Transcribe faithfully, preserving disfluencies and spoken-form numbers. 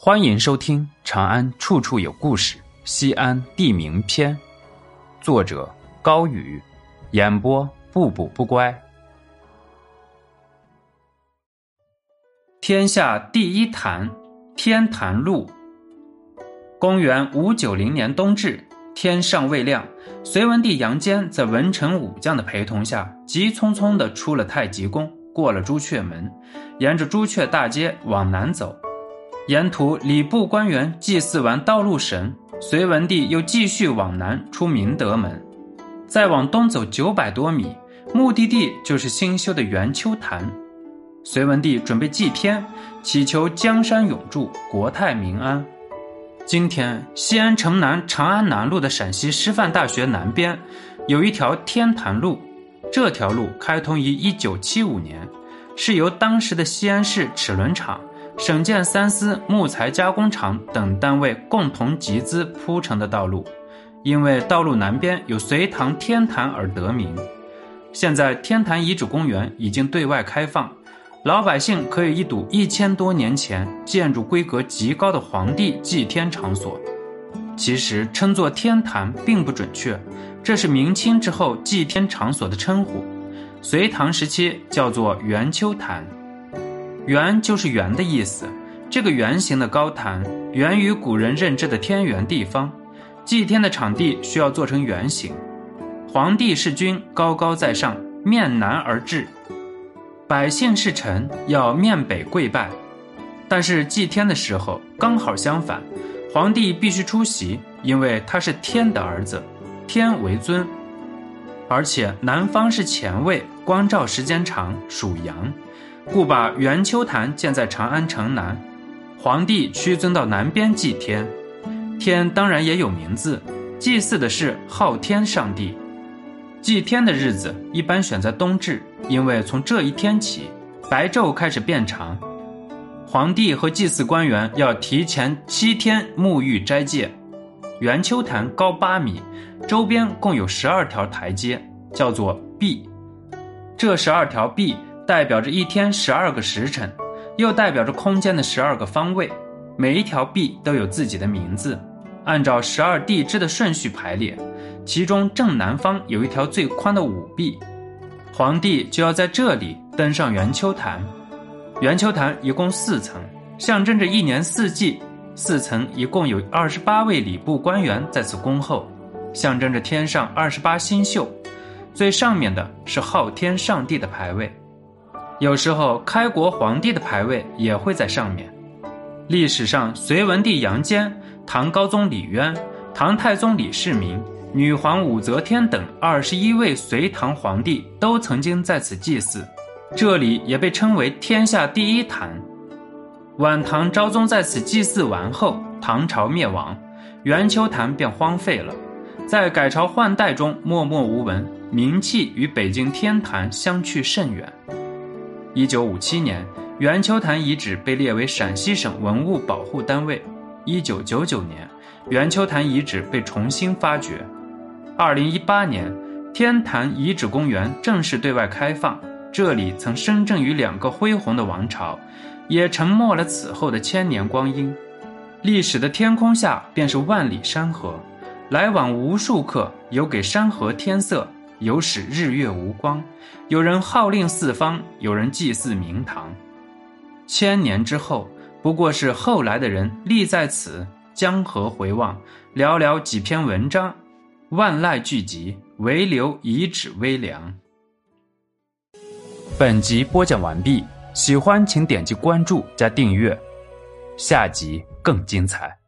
欢迎收听《长安处处有故事·西安地名篇》，作者高宇，演播不补不乖。天下第一坛，天坛路。公元五九零年冬至，天尚未亮，隋文帝杨坚在文臣武将的陪同下，急匆匆地出了太极宫，过了朱雀门，沿着朱雀大街往南走。沿途礼部官员祭祀完道路神，隋文帝又继续往南出明德门，再往东走九百多米，目的地就是新修的元丘坛。隋文帝准备祭天，祈求江山永驻，国泰民安。今天西安城南长安南路的陕西师范大学南边有一条天坛路，这条路开通于一九七五年，是由当时的西安市齿轮厂、省建三司木材加工厂等单位共同集资铺成的道路，因为道路南边有隋唐天坛而得名。现在天坛遗址公园已经对外开放，老百姓可以一睹一千多年前建筑规格极高的皇帝祭天场所。其实称作天坛并不准确，这是明清之后祭天场所的称呼，隋唐时期叫做元丘坛。圆就是圆的意思，这个圆形的高坛源于古人认知的天圆地方，祭天的场地需要做成圆形。皇帝是君，高高在上，面南而至，百姓是臣，要面北跪拜。但是祭天的时候刚好相反，皇帝必须出席，因为他是天的儿子，天为尊。而且南方是前卫，光照时间长，属阳，故把元丘坛建在长安城南，皇帝屈尊到南边祭天。天当然也有名字，祭祀的是昊天上帝。祭天的日子一般选在冬至，因为从这一天起，白昼开始变长，皇帝和祭祀官员要提前七天沐浴斋戒。元丘坛高八米，周边共有十二条台阶，叫做壁。这十二条壁代表着一天十二个时辰，又代表着空间的十二个方位，每一条壁都有自己的名字，按照十二地支的顺序排列，其中正南方有一条最宽的五壁，皇帝就要在这里登上元丘坛。元丘坛一共四层，象征着一年四季，四层一共有二十八位礼部官员在此恭候，象征着天上二十八星宿，最上面的是昊天上帝的牌位，有时候开国皇帝的牌位也会在上面。历史上隋文帝杨坚、唐高宗李渊、唐太宗李世民、女皇武则天等二十一位隋唐皇帝都曾经在此祭祀，这里也被称为天下第一坛。晚唐昭宗在此祭祀完后，唐朝灭亡，元丘坛便荒废了，在改朝换代中默默无闻，名气与北京天坛相去甚远。一九五七年，元丘坛遗址被列为陕西省文物保护单位。一九九九年，元丘坛遗址被重新发掘。二零一八年，天坛遗址公园正式对外开放，这里曾深圳于两个恢宏的王朝，也沉没了此后的千年光阴。历史的天空下便是万里山河，来往无数客，有给山河添色，有使日月无光，有人号令四方，有人祭祀明堂。千年之后，不过是后来的人立在此，江河回望，寥寥几篇文章，万籁俱寂，唯留遗址微凉。本集播讲完毕，喜欢请点击关注加订阅，下集更精彩。